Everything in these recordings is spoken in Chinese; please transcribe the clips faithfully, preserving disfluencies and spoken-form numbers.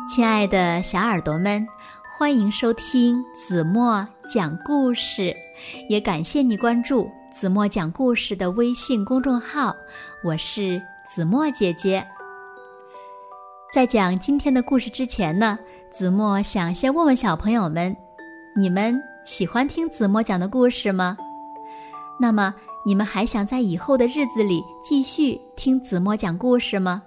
亲爱的小耳朵们，欢迎收听子墨讲故事，也感谢你关注子墨讲故事的微信公众号，我是子墨姐姐。在讲今天的故事之前呢，子墨想先问问小朋友们，你们喜欢听子墨讲的故事吗？那么你们还想在以后的日子里继续听子墨讲故事吗？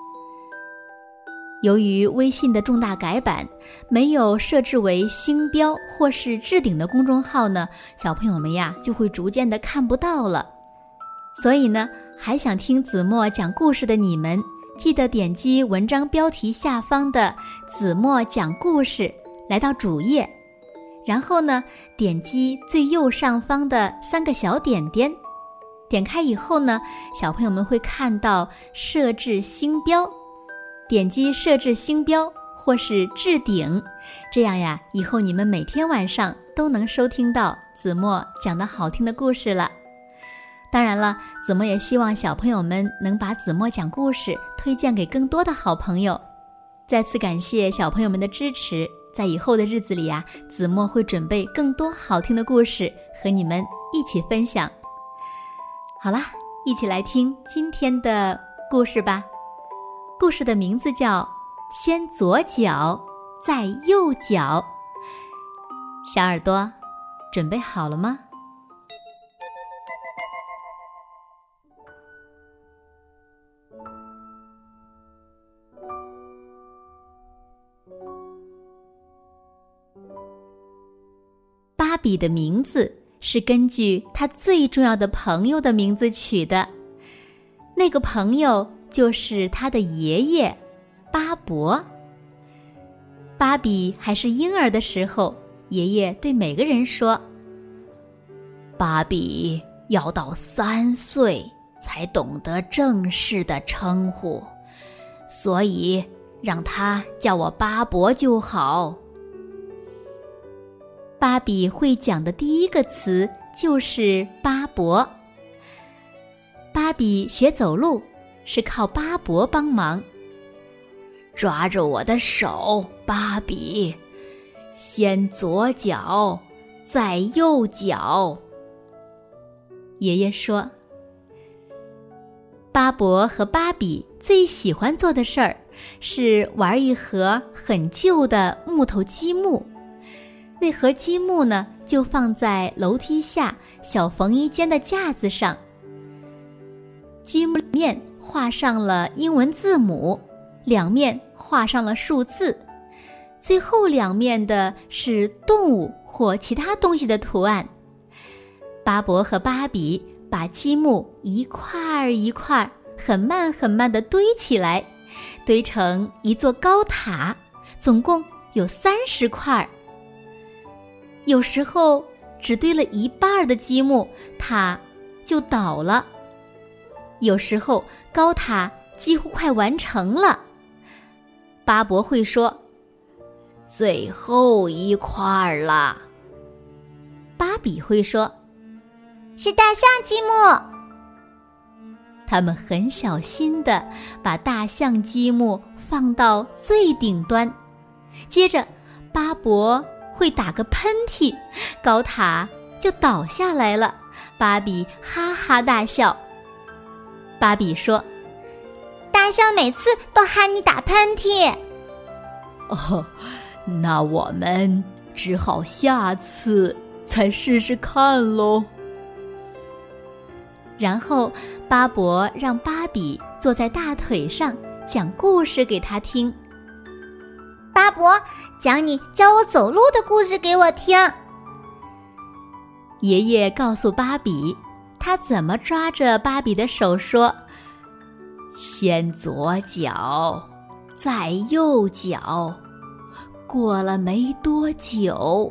由于微信的重大改版，没有设置为星标或是置顶的公众号呢，小朋友们呀就会逐渐的看不到了。所以呢，还想听子墨讲故事的你们，记得点击文章标题下方的子墨讲故事，来到主页，然后呢，点击最右上方的三个小点点，点开以后呢，小朋友们会看到设置星标，点击设置星标或是置顶，这样呀，以后你们每天晚上都能收听到子墨讲的好听的故事了。当然了，子墨也希望小朋友们能把子墨讲故事推荐给更多的好朋友。再次感谢小朋友们的支持，在以后的日子里啊，子墨会准备更多好听的故事和你们一起分享。好啦，一起来听今天的故事吧。故事的名字叫先左脚再右脚。小耳朵准备好了吗？芭比的名字是根据他最重要的朋友的名字取的，那个朋友就是他的爷爷巴伯。芭比还是婴儿的时候，爷爷对每个人说，芭比要到三岁才懂得正式的称呼，所以让他叫我巴伯就好。芭比会讲的第一个词就是巴伯。芭比学走路是靠巴伯帮忙。抓着我的手，芭比，先左脚，再右脚。爷爷说，巴伯和芭比最喜欢做的事儿是玩一盒很旧的木头积木。那盒积木呢，就放在楼梯下小缝衣间的架子上。积木里面画上了英文字母，两面画上了数字，最后两面的是动物或其他东西的图案。巴伯和芭比把积木一块儿一块儿很慢很慢地堆起来，堆成一座高塔，总共有三十块。有时候只堆了一半的积木，塔就倒了。有时候高塔几乎快完成了，巴伯会说，最后一块了。芭比会说， 是大象积木。 他们很小心地把大象积木放到最顶端，接着巴伯会打个喷嚏，高塔就倒下来了。芭比哈哈大笑。芭比说， 大象每次都喊你打喷嚏。 哦，那我们只好下次再试试看喽。然后巴伯让芭比坐在大腿上讲故事给他听。 巴伯，讲你教我走路的故事给我听。 爷爷告诉芭比，他怎么抓着芭比的手说，先左脚，再右脚。过了没多久，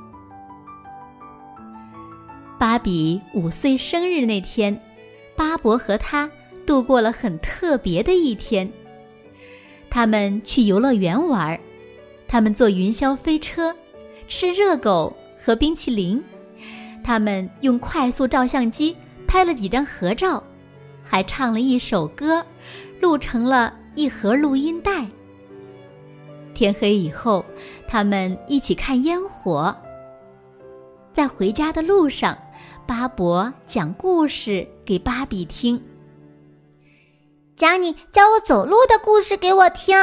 芭比五岁生日那天，巴伯和他度过了很特别的一天。他们去游乐园玩，他们坐云霄飞车，吃热狗和冰淇淋。他们用快速照相机拍了几张合照，还唱了一首歌，录成了一盒录音带。 天黑以后，他们一起看烟火。在回家的路上，巴伯讲故事给芭比听。 讲你教我走路的故事给我听。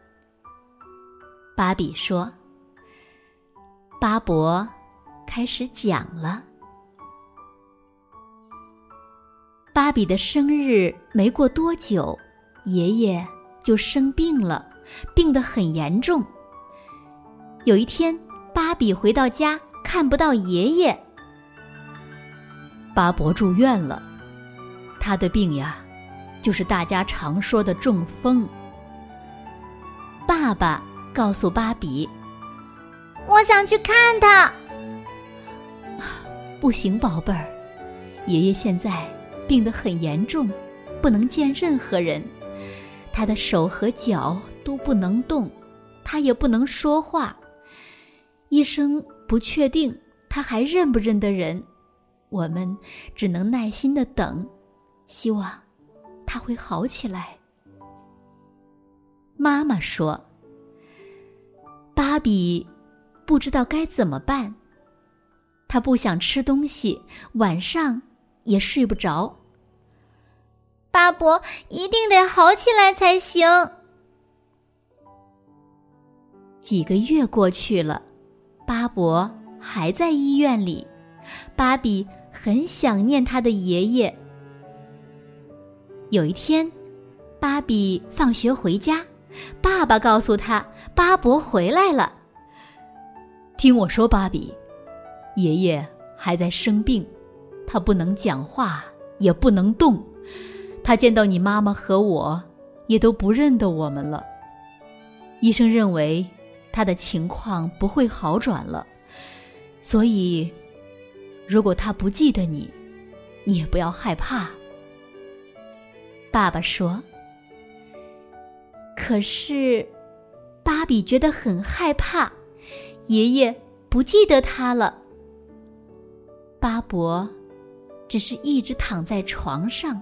芭比说。巴伯开始讲了。芭比的生日没过多久，爷爷就生病了，病得很严重。有一天，芭比回到家，看不到爷爷。巴伯住院了，他的病呀，就是大家常说的中风。爸爸告诉芭比， 我想去看他。 不行，宝贝儿，爷爷现在病得很严重，不能见任何人。他的手和脚都不能动，他也不能说话。医生不确定他还认不认得人，我们只能耐心地等，希望他会好起来。妈妈说，芭比不知道该怎么办，他不想吃东西，晚上也睡不着。 巴伯一定得好起来才行。 几个月过去了，巴伯还在医院里，芭比很想念他的爷爷。有一天，芭比放学回家，爸爸告诉他，巴伯回来了。听我说，芭比，爷爷还在生病，他不能讲话，也不能动。他见到你妈妈和我，也都不认得我们了。医生认为他的情况不会好转了，所以如果他不记得你，你也不要害怕。爸爸说。可是芭比觉得很害怕，爷爷不记得他了。巴伯只是一直躺在床上。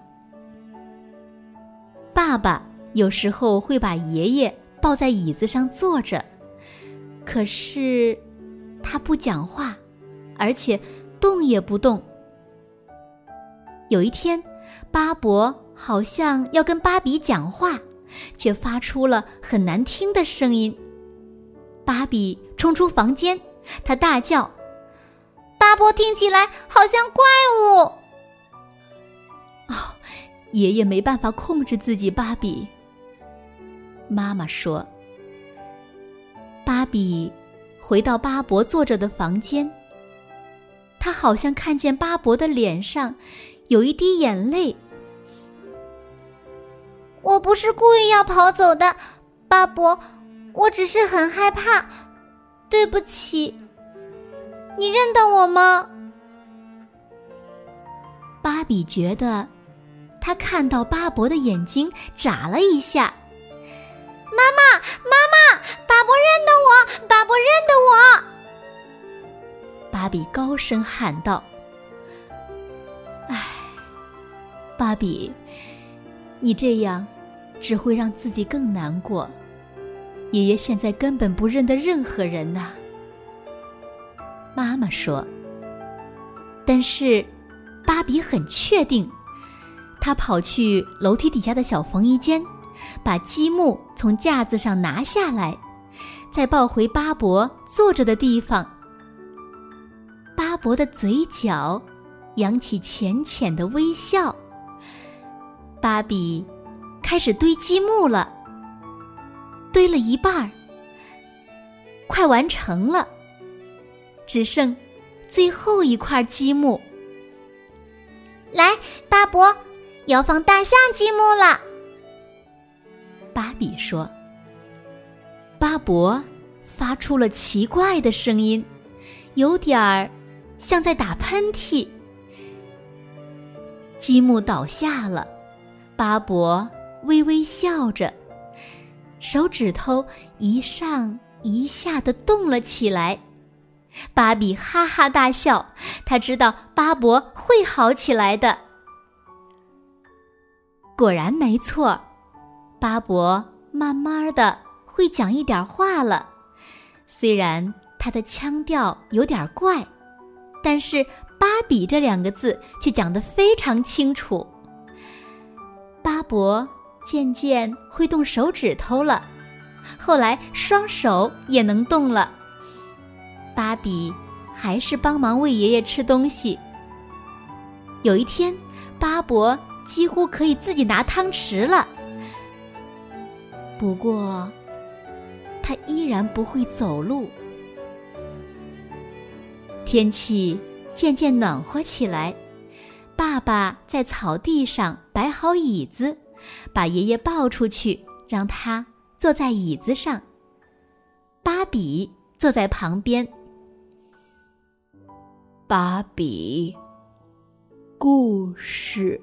爸爸有时候会把爷爷抱在椅子上坐着，可是他不讲话，而且动也不动。有一天，巴伯好像要跟芭比讲话，却发出了很难听的声音。芭比冲出房间，他大叫， 巴伯听起来好像怪物。 哦，爷爷没办法控制自己，芭比。妈妈说。芭比回到巴伯坐着的房间，他好像看见巴伯的脸上有一滴眼泪。 我不是故意要跑走的，巴伯，我只是很害怕，对不起。你认得我吗？ 芭比觉得他看到巴伯的眼睛眨了一下。 妈妈，妈妈，巴伯认得我，巴伯认得我！ 芭比高声喊道。唉，芭比，你这样只会让自己更难过。爷爷现在根本不认得任何人呐。妈妈说。但是芭比很确定，他跑去楼梯底下的小缝衣间，把积木从架子上拿下来，再抱回巴伯坐着的地方。巴伯的嘴角扬起浅浅的微笑。芭比开始堆积木了，堆了一半儿，快完成了，只剩最后一块积木。 来，巴伯，要放大象积木了。 芭比说。巴伯发出了奇怪的声音，有点儿像在打喷嚏。积木倒下了，巴伯微微笑着，手指头一上一下地动了起来。芭比哈哈大笑，他知道巴伯会好起来的。果然没错，巴伯慢慢地会讲一点话了。虽然他的腔调有点怪，但是芭比这两个字却讲得非常清楚。巴伯渐渐会动手指头了，后来双手也能动了。芭比还是帮忙喂爷爷吃东西。有一天，巴伯几乎可以自己拿汤匙了，不过他依然不会走路。天气渐渐暖和起来，爸爸在草地上摆好椅子，把爷爷抱出去，让他坐在椅子上。芭比坐在旁边。 芭比，故事。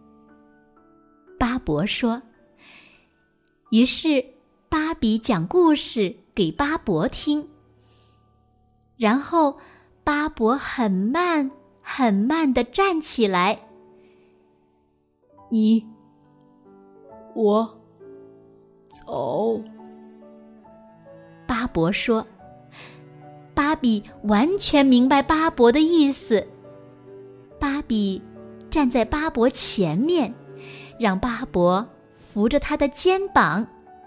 巴伯说。于是芭比讲故事给巴伯听，然后巴伯很慢很慢地站起来。 你，我，走。 巴伯说。芭比完全明白巴伯的意思。芭比站在巴伯前面，让巴伯扶着他的肩膀。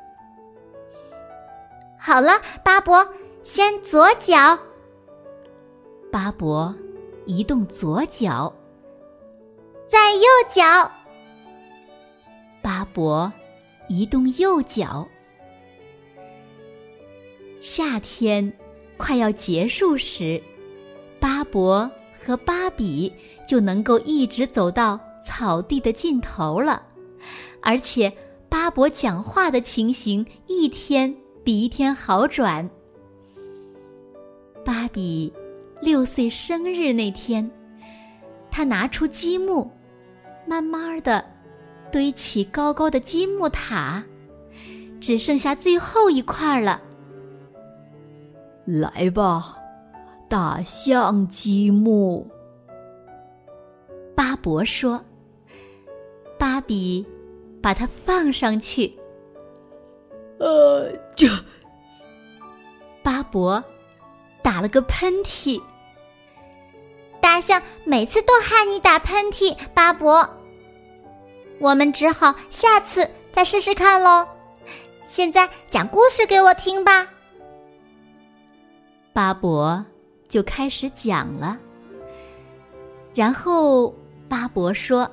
好了，巴伯，先左脚。 巴伯移动左脚， 再右脚。 巴伯移动右脚。夏天快要结束时，巴伯和芭比就能够一直走到草地的尽头了，而且巴伯讲话的情形一天比一天好转。芭比六岁生日那天，他拿出积木，慢慢地堆起高高的积木塔，只剩下最后一块了。 来吧，大象积木。 巴伯说。芭比把它放上去。 呃，这…… 巴伯打了个喷嚏。 大象每次都害你打喷嚏，巴伯。我们只好下次再试试看咯。现在讲故事给我听吧。 巴伯就开始讲了。然后巴伯说：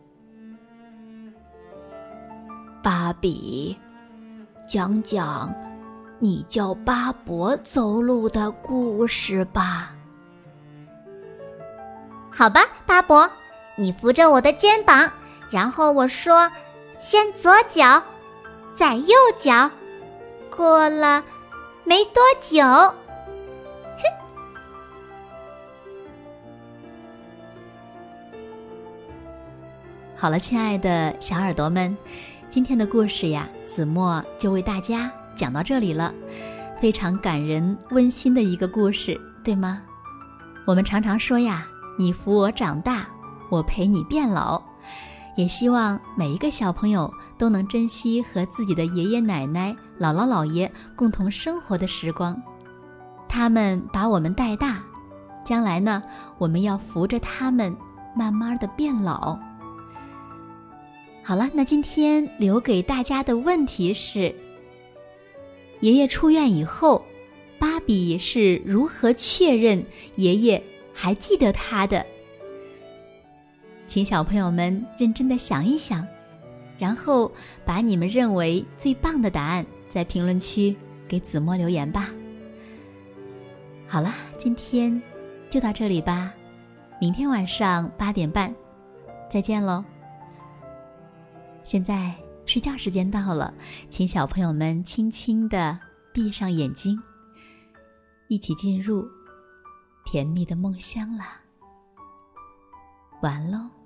芭比，讲讲你教巴伯走路的故事吧。 好吧，巴伯，你扶着我的肩膀，然后我说先左脚，再右脚。过了没多久，哼。 好了，亲爱的小耳朵们，今天的故事呀，子墨就为大家讲到这里了。非常感人温馨的一个故事，对吗？我们常常说呀，你扶我长大，我陪你变老。也希望每一个小朋友都能珍惜和自己的爷爷奶奶、姥姥姥爷共同生活的时光。他们把我们带大，将来呢，我们要扶着他们慢慢的变老。好了，那今天留给大家的问题是：爷爷出院以后，芭比是如何确认爷爷还记得他的？请小朋友们认真的想一想，然后把你们认为最棒的答案在评论区给子墨留言吧。好了，今天就到这里吧，明天晚上八点半再见喽。现在睡觉时间到了，请小朋友们轻轻地闭上眼睛，一起进入甜蜜的梦乡啦。晚安喽。